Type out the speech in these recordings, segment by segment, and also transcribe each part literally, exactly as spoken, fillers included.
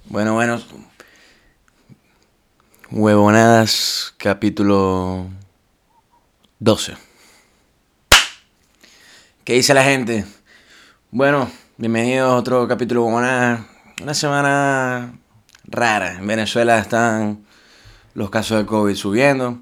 Bueno, bueno. Huevonadas, capítulo doce. ¿Qué dice la gente? Bueno, bienvenidos a otro capítulo de Huevonadas. Una semana rara. En Venezuela están los casos de COVID subiendo.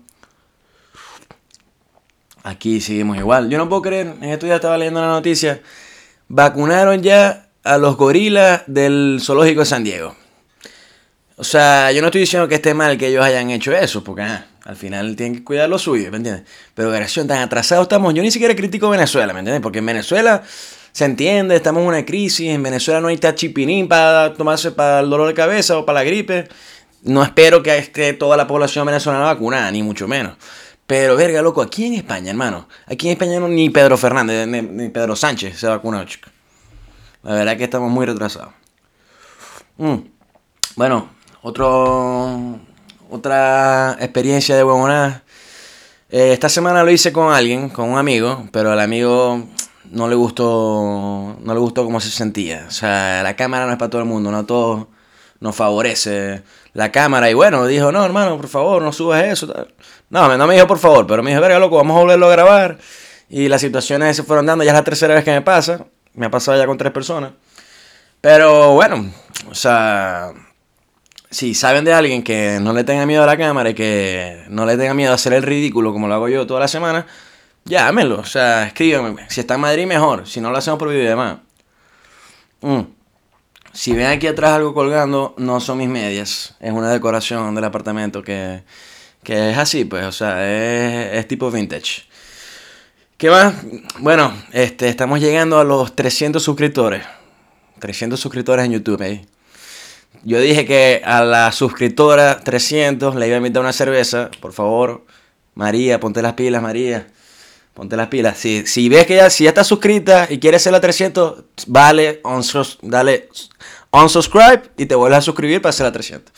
Aquí seguimos igual. Yo no puedo creer, en estos días estaba leyendo la noticia. Vacunaron ya a los gorilas del zoológico de San Diego. O sea, yo no estoy diciendo que esté mal que ellos hayan hecho eso, porque ajá, al final tienen que cuidar lo suyo, ¿me entiendes? Pero versión tan atrasados estamos. Yo ni siquiera critico Venezuela, ¿me entiendes? Porque en Venezuela se entiende, estamos en una crisis. En Venezuela no hay tachipinín para tomarse para el dolor de cabeza o para la gripe. No espero que esté toda la población venezolana vacunada, ni mucho menos. Pero, verga, loco, aquí en España, hermano. Aquí en España no, ni Pedro Fernández, ni, ni Pedro Sánchez se vacunó, chico. La verdad que estamos muy retrasados. Mm. Bueno, otro, otra experiencia de huevonada. Eh, esta semana lo hice con alguien, con un amigo, pero al amigo no le gustó, no le gustó cómo se sentía. O sea, la cámara no es para todo el mundo, no a todos nos favorece la cámara. Y bueno, dijo, no, hermano, por favor, no subas eso. Tal. No, no me dijo por favor, pero me dijo, verga, loco, vamos a volverlo a grabar. Y las situaciones se fueron dando, ya es la tercera vez que me pasa. Me ha pasado ya con tres personas. Pero bueno, o sea, si saben de alguien que no le tenga miedo a la cámara y que no le tenga miedo a hacer el ridículo como lo hago yo toda la semana, llámenlo, o sea, escríbanme. Si está en Madrid, mejor. Si no, lo hacemos por videollamada. Mm. Si ven aquí atrás algo colgando, no son mis medias. Es una decoración del apartamento que, que es así, pues, o sea, es, es tipo vintage. ¿Qué más? Bueno, este, estamos llegando a los trescientos suscriptores. trescientos suscriptores en YouTube, ¿eh? Yo dije que a la suscriptora trescientos le iba a invitar una cerveza. Por favor, María, ponte las pilas, María. Ponte las pilas. Si, si ves que ya, si ya está suscrita y quieres ser la trescientos, vale, unsus, dale unsubscribe y te vuelves a suscribir para ser la trescientos.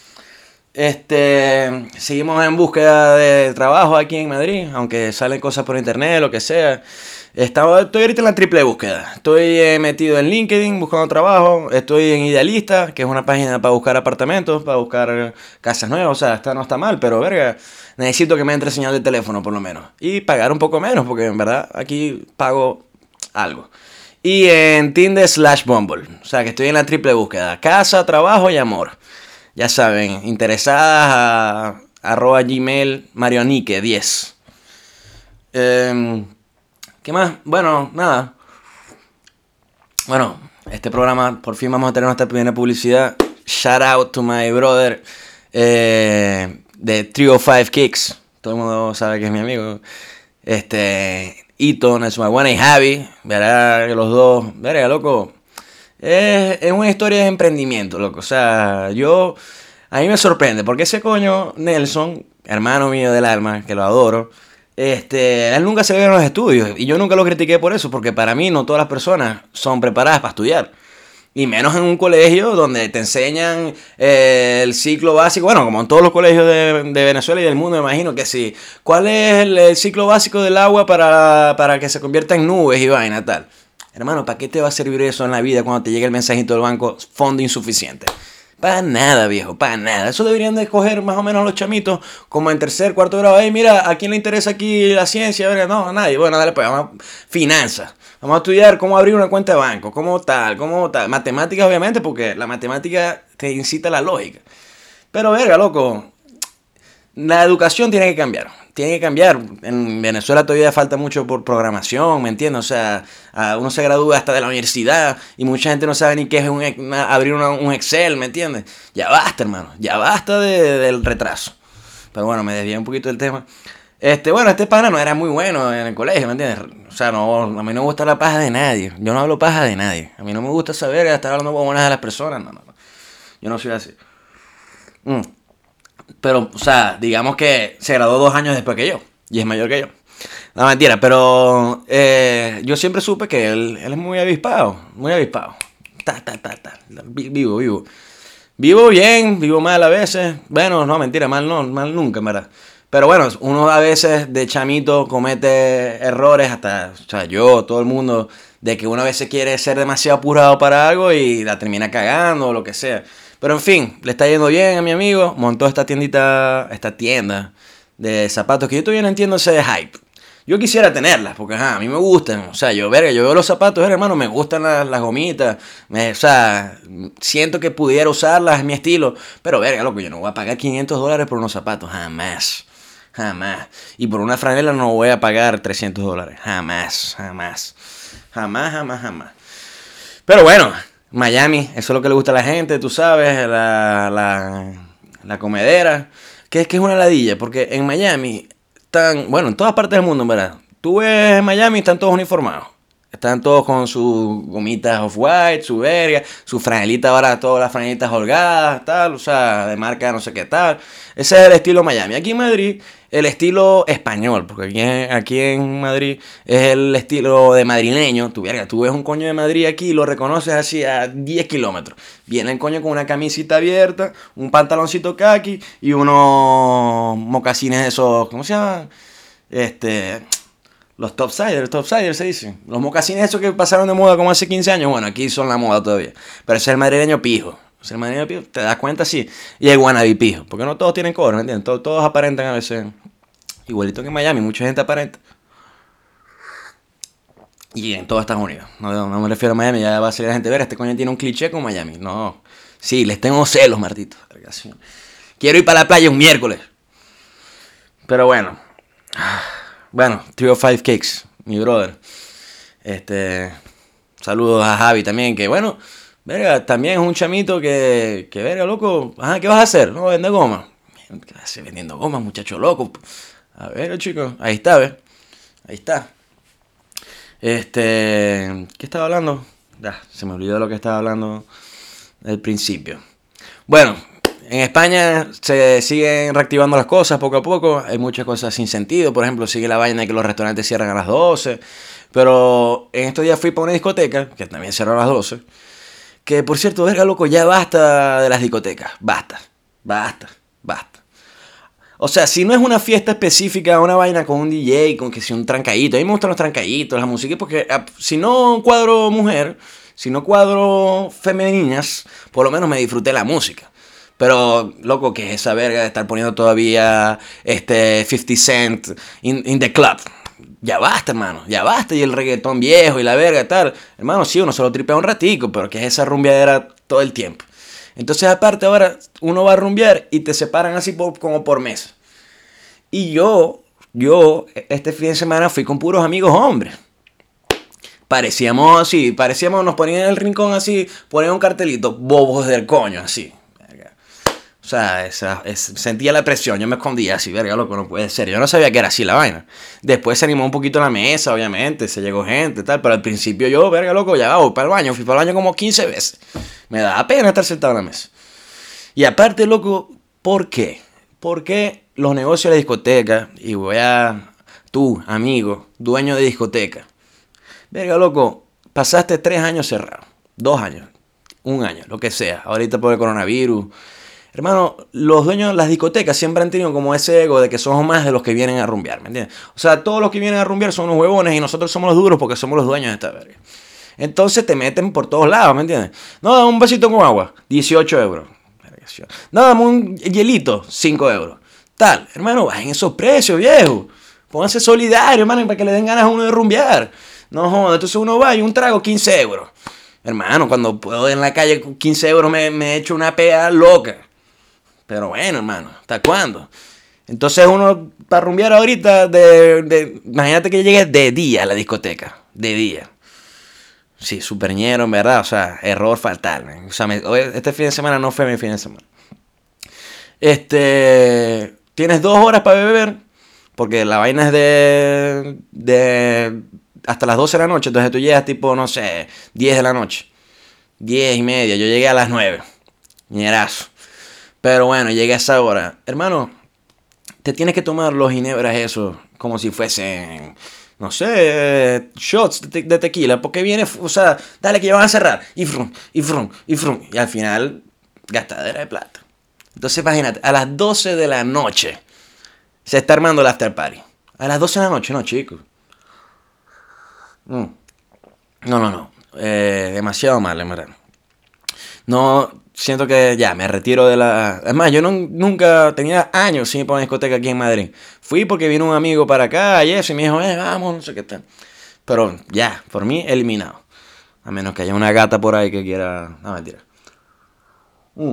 Este, seguimos en búsqueda de trabajo aquí en Madrid, aunque salen cosas por internet, lo que sea. Estaba, estoy ahorita en la triple búsqueda. Estoy eh, metido en LinkedIn buscando trabajo. Estoy en Idealista, que es una página para buscar apartamentos, para buscar eh, casas nuevas. O sea, esta no está mal, pero verga, necesito que me entre señal de teléfono por lo menos. Y pagar un poco menos, porque en verdad aquí pago algo. Y en Tinder slash Bumble. O sea, que estoy en la triple búsqueda. Casa, trabajo y amor. Ya saben, interesadas a arroba gmail marionique diez. Eh, ¿Qué más? Bueno, nada. Bueno, este programa por fin vamos a tener nuestra primera publicidad. Shout out to my brother eh, de trescientos cinco Kicks. Todo el mundo sabe que es mi amigo. Este, Eton, es my y Javi. Verá que los dos, verá, loco. Es, es una historia de emprendimiento, loco. O sea, yo... A mí me sorprende, porque ese coño, Nelson, hermano mío del alma, que lo adoro, este, él nunca se ve en los estudios. Y yo nunca lo critiqué por eso, porque para mí no todas las personas son preparadas para estudiar. Y menos en un colegio donde te enseñan eh, el ciclo básico. Bueno, como en todos los colegios de, de Venezuela y del mundo, me imagino que sí. ¿Cuál es el, el ciclo básico del agua para, para que se convierta en nubes y vaina tal? Hermano, ¿para qué te va a servir eso en la vida cuando te llegue el mensajito del banco, fondo insuficiente? Para nada, viejo, para nada. Eso deberían de escoger más o menos los chamitos como en tercer, cuarto grado. Hey, mira, ¿a quién le interesa aquí la ciencia? Verga, no, a nadie. Bueno, dale pues, vamos a finanzas. Vamos a estudiar cómo abrir una cuenta de banco, cómo tal, cómo tal. Matemáticas, obviamente, porque la matemática te incita a la lógica. Pero, verga, loco, la educación tiene que cambiar. Tiene que cambiar. En Venezuela todavía falta mucho por programación, ¿me entiendes? O sea, uno se gradúa hasta de la universidad y mucha gente no sabe ni qué es un, una, abrir una, un Excel, ¿me entiendes? Ya basta, hermano. Ya basta de, de, del retraso. Pero bueno, me desvié un poquito del tema. Este, bueno, este pana no era muy bueno en el colegio, ¿me entiendes? O sea, no, a mí no me gusta la paja de nadie. Yo no hablo paja de nadie. A mí no me gusta saber estar hablando buenas de las personas. No, no, no. Yo no soy así. Mm. Pero, o sea, digamos que se graduó dos años después que yo. Y es mayor que yo. No, mentira, pero eh, yo siempre supe que él, él es muy avispado. Muy avispado. Ta, ta, ta, ta. Vivo, vivo. Vivo bien, vivo mal a veces. Bueno, no, mentira, mal no, mal nunca, en verdad. Pero bueno, uno a veces de chamito comete errores, hasta, o sea, yo, todo el mundo, de que uno a veces quiere ser demasiado apurado para algo y la termina cagando o lo que sea. Pero en fin, le está yendo bien a mi amigo. Montó esta tiendita, esta tienda de zapatos que yo todavía no entiendo ese hype. Yo quisiera tenerlas, porque ajá, a mí me gustan. O sea, yo, verga, yo veo los zapatos, verga, hermano, me gustan las, las gomitas. Me, o sea, siento que pudiera usarlas, es mi estilo. Pero, verga, loco, yo no voy a pagar quinientos dólares por unos zapatos, jamás. Jamás. Y por una franela no voy a pagar trescientos dólares. Jamás, jamás. Jamás, jamás, jamás. Pero bueno, Miami, eso es lo que le gusta a la gente, tú sabes, la, la, la comedera. Que es que es una ladilla, porque en Miami están, bueno, en todas partes del mundo, en verdad. Tú ves en Miami, están todos uniformados. Están todos con sus gomitas off-white, su verga, su franelita ahora, todas las franelitas holgadas, tal, o sea, de marca no sé qué tal. Ese es el estilo Miami. Aquí en Madrid, el estilo español, porque aquí en, aquí en Madrid es el estilo de madrileño. Tú, verga, tú ves un coño de Madrid aquí y lo reconoces así a diez kilómetros. Viene el coño con una camisita abierta, un pantaloncito khaki y unos mocasines esos, ¿cómo se llaman? Este... Los topsiders, topsiders se dicen. Los mocasines esos que pasaron de moda como hace quince años. Bueno, aquí son la moda todavía. Pero ese es el madrileño pijo. Es el madrileño pijo, te das cuenta, sí. Y el wannabe pijo. Porque no todos tienen cobre, ¿me entiendes? Todos, todos aparentan a veces. Igualito que en Miami, mucha gente aparenta. Y en todo Estados Unidos. No, no me refiero a Miami, ya va a salir la gente. Ver, este coño tiene un cliché con Miami. No. Sí, les tengo celos, Martito. Quiero ir para la playa un miércoles. Pero bueno. Bueno, three oh five Kicks, mi brother. Este, saludos a Javi también, que bueno, verga, también es un chamito que, que verga, loco, ajá, ¿qué vas a hacer? No, vende goma. ¿Qué vas a hacer vendiendo goma, muchacho loco? A ver, chicos, ahí está, ¿ves? Ahí está. Este, ¿qué estaba hablando? Ya, se me olvidó lo que estaba hablando al principio. Bueno, en España se siguen reactivando las cosas poco a poco. Hay muchas cosas sin sentido. Por ejemplo, sigue la vaina de que los restaurantes cierran a las doce. Pero en estos días fui para una discoteca, que también cerró a las doce. Que por cierto, verga, loco, ya basta de las discotecas. Basta, basta, basta. O sea, si no es una fiesta específica, una vaina con un D J, con que sea un trancadito. A mí me gustan los trancaditos, la música, porque si no cuadro mujer, si no cuadro femeninas, por lo menos me disfruté la música. Pero, loco, que es esa verga de estar poniendo todavía este fifty Cent in, in the club. Ya basta, hermano, ya basta. Y el reggaetón viejo y la verga y tal. Hermano, sí, uno se lo tripea un ratico, pero que es esa rumbeadera todo el tiempo. Entonces, aparte, ahora uno va a rumbear y te separan así por, como por mes. Y yo, yo, este fin de semana fui con puros amigos hombres. Parecíamos así, parecíamos, nos ponían en el rincón así, ponían un cartelito, bobos del coño, así. O sea, esa, es, sentía la presión, yo me escondía así, verga, loco, no puede ser. Yo no sabía que era así la vaina. Después se animó un poquito la mesa, obviamente, se llegó gente, tal. Pero al principio yo, verga, loco, ya voy para el baño. Fui para el baño como quince veces. Me daba pena estar sentado en la mesa. Y aparte, loco, ¿por qué? ¿Por qué los negocios de la discoteca, y voy a... Tú, amigo, dueño de discoteca. Verga, loco, pasaste tres años cerrado. Dos años. Un año, lo que sea. Ahorita por el coronavirus... Hermano, los dueños de las discotecas siempre han tenido como ese ego de que somos más de los que vienen a rumbear, ¿me entiendes? O sea, todos los que vienen a rumbear son unos huevones y nosotros somos los duros porque somos los dueños de esta verga. Entonces te meten por todos lados, ¿me entiendes? No, dame un vasito con agua, dieciocho euros. No, dame un hielito, cinco euros. Tal, hermano, bajen esos precios, viejo. Pónganse solidarios, hermano, para que le den ganas a uno de rumbear. No joder, entonces uno va y un trago, quince euros. Hermano, cuando puedo en la calle con quince euros me, me echo una pea loca. Pero bueno, hermano, ¿hasta cuándo? Entonces uno, para rumbear ahorita, de, de, imagínate que llegue de día a la discoteca. De día. Sí, superñero, en verdad. O sea, error fatal. Man. O sea, me, este fin de semana no fue mi fin de semana. Este... Tienes dos horas para beber. Porque la vaina es de... de hasta las doce de la noche. Entonces tú llegas tipo, no sé, diez de la noche. diez y media. Yo llegué a las nueve. Ñerazo. Pero bueno, llegué a esa hora. Hermano, te tienes que tomar los ginebras esos como si fuesen, no sé, shots de, te de tequila. Porque viene, o sea, dale que ya van a cerrar. Y frum, y frum, y frum. Y al final, gastadera de plata. Entonces imagínate, a las doce de la noche se está armando el after party. A las doce de la noche, no, chicos. Mm. No, no, no. Eh, demasiado mal, en verdad. No, siento que ya me retiro de la... Es más, yo no, nunca tenía años sin ir para una discoteca aquí en Madrid. Fui porque vino un amigo para acá y eso, y me dijo, eh, vamos, no sé qué tal. Pero ya, por mí, eliminado. A menos que haya una gata por ahí que quiera... No, mentira. Mm.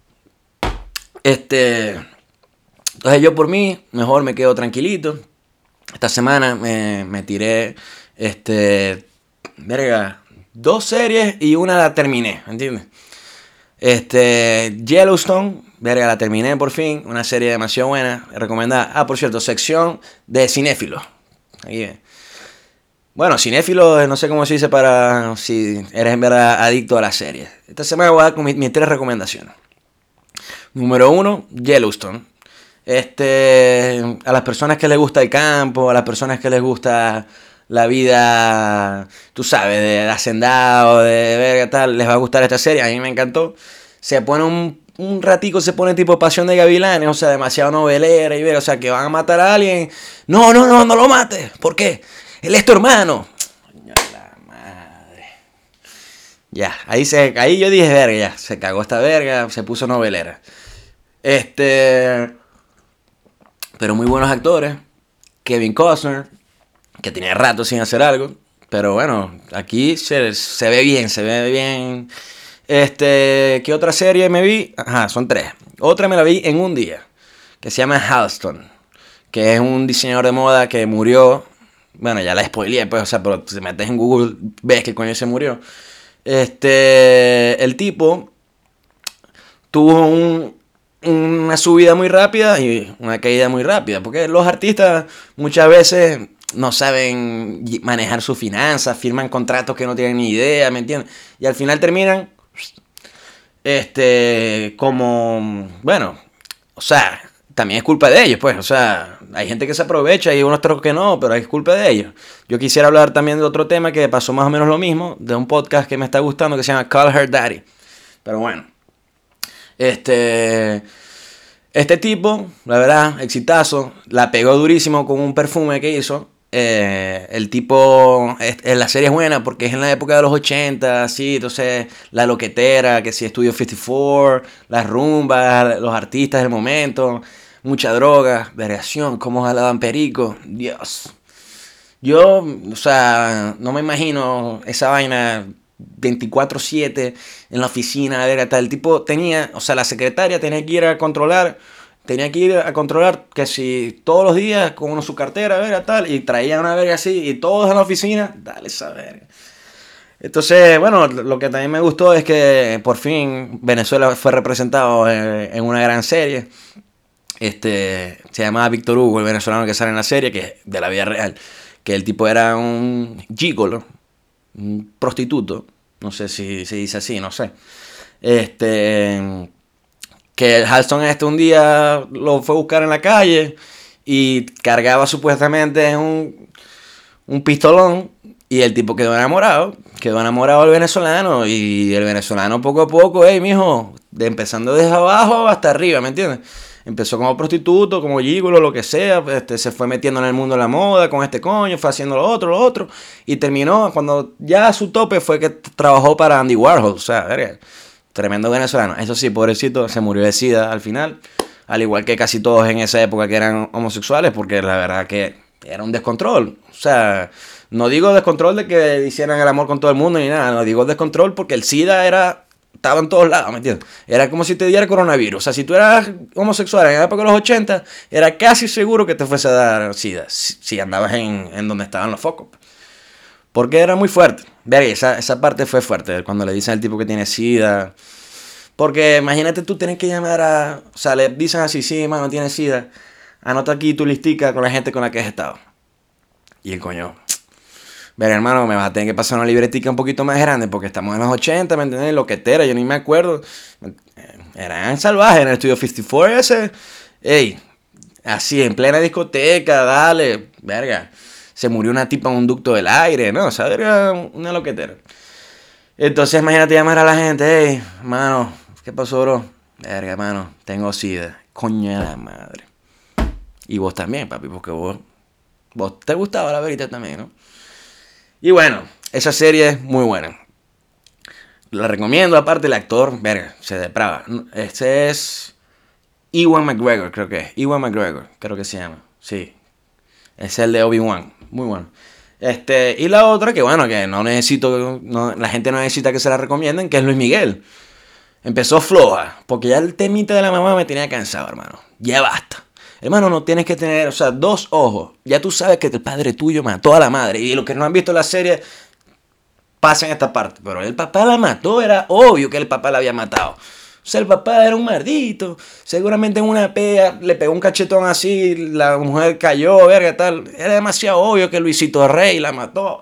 Este... Entonces yo por mí, mejor me quedo tranquilito. Esta semana me, me tiré, este... Verga, dos series y una la terminé, ¿entiendes? Este, Yellowstone, verga, la terminé por fin. Una serie demasiado buena, recomendada. Ah, por cierto, sección de cinéfilos. Aquí ven. Bueno, cinéfilo, no sé cómo se dice para si eres en verdad adicto a las series. Esta semana voy a dar con mis, mis tres recomendaciones. Número uno, Yellowstone. Este, a las personas que les gusta el campo, a las personas que les gusta la vida, tú sabes, de hacendado, de verga tal, les va a gustar esta serie. A mí me encantó. Se pone un, un ratico, se pone tipo Pasión de Gavilanes, o sea, demasiado novelera y ver, o sea, que van a matar a alguien. No, no, no, no lo mates. ¿Por qué? Él es tu hermano. La madre. Ya, ahí, se, ahí yo dije, verga, ya, se cagó esta verga, se puso novelera. Este... Pero muy buenos actores. Kevin Costner, que tenía rato sin hacer algo. Pero bueno, aquí se, se ve bien, se ve bien. Este, ¿qué otra serie me vi? Ajá, son tres. Otra me la vi en un día, que se llama Halston, que es un diseñador de moda que murió. Bueno, ya la spoileé, pues, o sea, pero si metes en Google, ves que el coño se murió. Este, el tipo tuvo un, una subida muy rápida y una caída muy rápida, porque los artistas muchas veces no saben manejar sus finanzas, firman contratos que no tienen ni idea, ¿me entiendes? Y al final terminan, este, como, bueno, o sea, también es culpa de ellos, pues, o sea, hay gente que se aprovecha y unos otros que no, pero es culpa de ellos. Yo quisiera hablar también de otro tema que pasó más o menos lo mismo, de un podcast que me está gustando que se llama Call Her Daddy. Pero bueno, este, este tipo, la verdad, exitazo, la pegó durísimo con un perfume que hizo. Eh, el tipo, es, es, la serie es buena porque es en la época de los ochenta, así, entonces la loquetera, que si Studio cincuenta y cuatro, las rumbas, los artistas del momento, mucha droga, variación, cómo jalaban perico, Dios. Yo, o sea, no me imagino esa vaina veinticuatro siete en la oficina, a ver, hasta el tipo tenía, o sea, la secretaria tenía que ir a controlar. Tenía que ir a controlar que si todos los días con uno su cartera, verga, tal, y traían una verga así, y todos en la oficina, dale esa verga. Entonces, bueno, lo que también me gustó es que por fin Venezuela fue representado en, en una gran serie. Este, se llamaba Víctor Hugo, el venezolano que sale en la serie, que es de la vida real. Que el tipo era un gigolo, un prostituto, no sé si se dice así, no sé. Este... Que el Halston este un día lo fue a buscar en la calle y cargaba supuestamente un, un pistolón y el tipo quedó enamorado, quedó enamorado del venezolano y el venezolano poco a poco, hey mijo, de empezando desde abajo hasta arriba, ¿me entiendes? Empezó como prostituto, como gigolo, lo que sea, este, se fue metiendo en el mundo de la moda con este coño, fue haciendo lo otro, lo otro y terminó, cuando ya a su tope fue que trabajó para Andy Warhol, o sea, verga. Tremendo venezolano. Eso sí, pobrecito, se murió de sida al final. Al igual que casi todos en esa época que eran homosexuales, porque la verdad que era un descontrol. O sea, no digo descontrol de que hicieran el amor con todo el mundo ni nada. No digo descontrol porque el sida era... Estaba en todos lados, ¿me entiendes? Era como si te diera coronavirus. O sea, si tú eras homosexual en la época de los ochenta, era casi seguro que te fuese a dar sida. Si, si andabas en, en donde estaban los focos. Porque era muy fuerte. Verga, esa, esa parte fue fuerte. Cuando le dicen al tipo que tiene sida. Porque imagínate tú tienes que llamar a... O sea, le dicen así, sí, mano, tiene sida. Anota aquí tu listica con la gente con la que has estado. Y el coño... Verga, hermano, me vas a tener que pasar una libretica un poquito más grande. Porque estamos en los ochenta, ¿me entiendes? Loquetera, yo ni me acuerdo. Eran salvajes en el estudio cincuenta y cuatro ese. Ey, así, en plena discoteca, dale. Verga. Se murió una tipa en un ducto del aire, ¿no? O sea, era una loquetera. Entonces, imagínate llamar a la gente, hey, mano, ¿qué pasó, bro? Verga, mano, tengo sida. Coño de la madre. Y vos también, papi, porque vos, vos te gustaba la verita también, ¿no? Y bueno, esa serie es muy buena. La recomiendo, aparte el actor, verga, se deprava. Este es Ewan McGregor, creo que es. Ewan McGregor, creo que se llama. Sí. Es el de Obi-Wan. Muy bueno. Este, y la otra, que bueno, que no necesito, no, la gente no necesita que se la recomienden, que es Luis Miguel. Empezó floja, porque ya el temita de la mamá me tenía cansado, hermano. Ya basta. Hermano, no tienes que tener, o sea, dos ojos. Ya tú sabes que el padre tuyo mató a la madre. Y los que no han visto la serie, pasen esta parte. Pero el papá la mató, era obvio que el papá la había matado. O sea, el papá era un maldito. Seguramente en una pea le pegó un cachetón así, la mujer cayó, verga, tal. Era demasiado obvio que Luisito Rey la mató.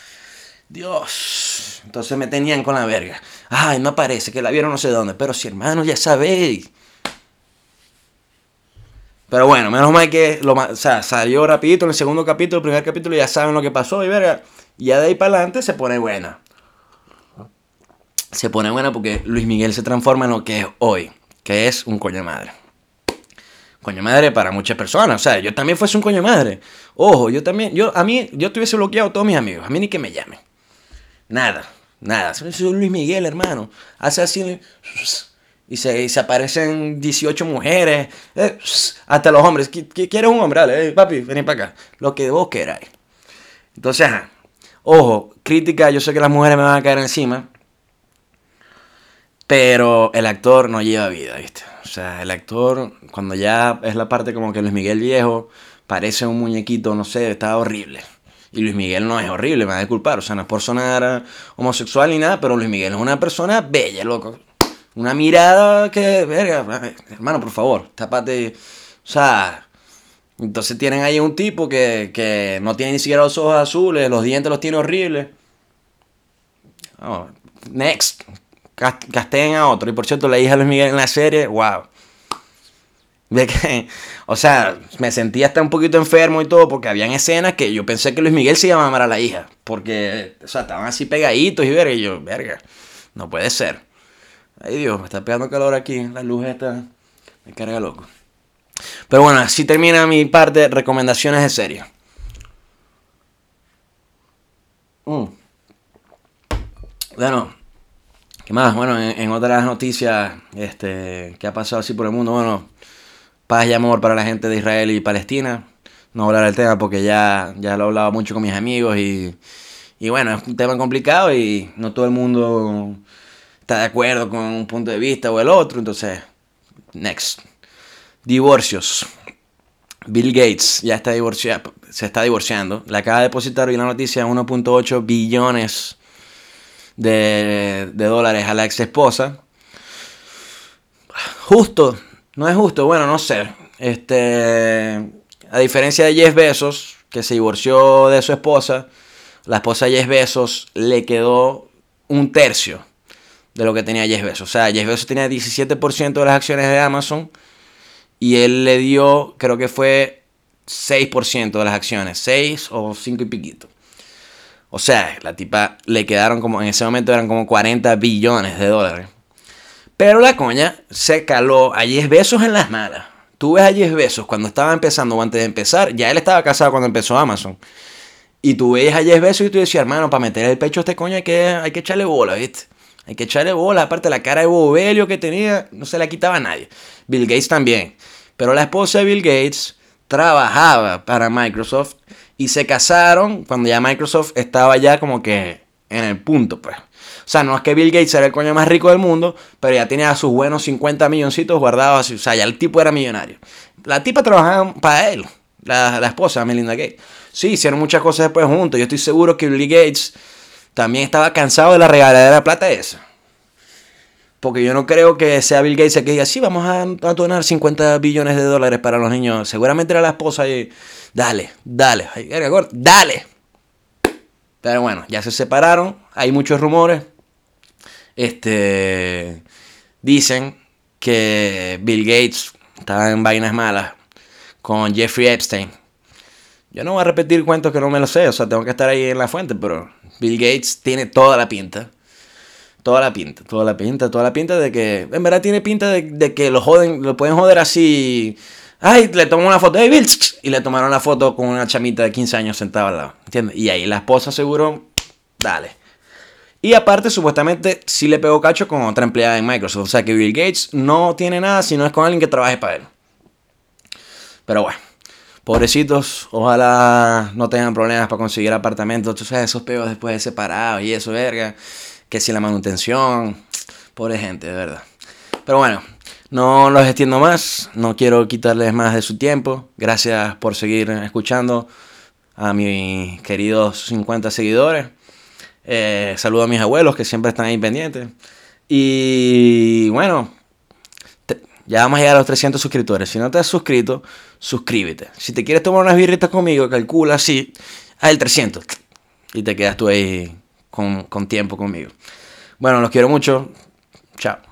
Dios. Entonces me tenían con la verga. Ay, no aparece, que la vieron no sé dónde. Pero si, hermano, ya sabéis. Pero bueno, menos mal que lo, o sea, salió rapidito en el segundo capítulo, el primer capítulo, ya saben lo que pasó y verga. Y ya de ahí para adelante se pone buena. Se pone buena porque Luis Miguel se transforma en lo que es hoy, que es un coño madre. Coño madre para muchas personas, o sea, yo también fuese un coño madre. Ojo, yo también, yo a mí, yo tuviese bloqueado a todos mis amigos, a mí ni que me llamen. Nada, nada, soy Luis Miguel, hermano. Hace así y se, y se aparecen dieciocho mujeres, eh, hasta los hombres. ¿Quieres un hombre? Dale, eh, papi, vení para acá. Lo que vos queráis. Entonces, ajá. Ojo, crítica, yo sé que las mujeres me van a caer encima. Pero el actor no lleva vida, ¿viste? O sea, el actor, cuando ya es la parte como que Luis Miguel viejo, parece un muñequito, no sé, está horrible. Y Luis Miguel no es horrible, me va a disculpar. O sea, no es por sonar homosexual ni nada, pero Luis Miguel es una persona bella, loco. Una mirada que, verga, hermano, por favor, tápate. O sea, entonces tienen ahí un tipo que, que no tiene ni siquiera los ojos azules, los dientes los tiene horribles. Oh, next. Casteen a otro. Y por cierto, la hija de Luis Miguel en la serie, wow. De que, o sea, me sentía hasta un poquito enfermo y todo, porque habían escenas que yo pensé que Luis Miguel se iba a mamar a la hija. Porque, o sea, estaban así pegaditos y verga. Y yo, verga, no puede ser. Ay Dios, me está pegando calor aquí. La luz esta me carga loco. Pero bueno, así termina mi parte de recomendaciones de serie. Mm. Bueno, ¿qué más? Bueno, en, en otras noticias este, que ha pasado así por el mundo, bueno, paz y amor para la gente de Israel y Palestina. No hablar del tema porque ya, ya lo he hablado mucho con mis amigos y, y bueno, es un tema complicado y no todo el mundo está de acuerdo con un punto de vista o el otro. Entonces, next. Divorcios. Bill Gates ya está divorciado, se está divorciando. Le acaba de depositar hoy la noticia uno punto ocho billones de, de dólares a la ex esposa. Justo, no es justo, bueno, no sé. Este, a diferencia de Jeff Bezos, que se divorció de su esposa, la esposa de Jeff Bezos le quedó un tercio de lo que tenía Jeff Bezos. O sea, Jeff Bezos tenía diecisiete por ciento de las acciones de Amazon y él le dio, creo que fue seis por ciento de las acciones, seis o cinco y piquito. O sea, la tipa le quedaron como, en ese momento eran como cuarenta billones de dólares. Pero la coña se caló a Jeff Bezos en las malas. Tú ves a Jeff Bezos cuando estaba empezando o antes de empezar, ya él estaba casado cuando empezó Amazon. Y tú ves a Jeff Bezos y tú decías, hermano, para meter el pecho a este coño hay que, hay que echarle bola, ¿viste? Hay que echarle bola. Aparte, la cara de bobelio que tenía no se la quitaba a nadie. Bill Gates también. Pero la esposa de Bill Gates trabajaba para Microsoft y se casaron cuando ya Microsoft estaba ya como que en el punto, pues. O sea, no es que Bill Gates era el coño más rico del mundo, pero ya tenía sus buenos cincuenta milloncitos guardados así. O sea, ya el tipo era millonario. La tipa trabajaba para él, la, la esposa, Melinda Gates. Sí, hicieron muchas cosas después juntos. Yo estoy seguro que Bill Gates también estaba cansado de la regaladera de plata esa. Porque yo no creo que sea Bill Gates el que diga, sí, vamos a, a donar cincuenta billones de dólares para los niños. Seguramente era la esposa y, dale, dale, dale. Pero bueno, ya se separaron. Hay muchos rumores. Este, dicen que Bill Gates estaba en vainas malas con Jeffrey Epstein. Yo no voy a repetir cuentos que no me lo sé, o sea, tengo que estar ahí en la fuente, pero Bill Gates tiene toda la pinta. Toda la pinta, toda la pinta, toda la pinta de que, en verdad tiene pinta de, de que lo joden, lo pueden joder así. Ay, le tomó una foto, hey Bill, y le tomaron la foto con una chamita de quince años sentada al lado, ¿entiendes? Y ahí la esposa seguro, dale. Y aparte, supuestamente, sí le pegó cacho con otra empleada en Microsoft. O sea que Bill Gates no tiene nada si no es con alguien que trabaje para él. Pero bueno, pobrecitos, ojalá no tengan problemas para conseguir apartamentos. Tú sabes, esos peos después de separados y eso, verga. Que si la manutención. Pobre gente, de verdad. Pero bueno, no los extiendo más. No quiero quitarles más de su tiempo. Gracias por seguir escuchando a mis queridos cincuenta seguidores. Eh, saludo a mis abuelos que siempre están ahí pendientes. Y bueno, te, ya vamos a llegar a los trescientos suscriptores. Si no te has suscrito, suscríbete. Si te quieres tomar unas birritas conmigo, calcula así, haz el trescientos. Y te quedas tú ahí con, con tiempo conmigo. Bueno, los quiero mucho. Chao.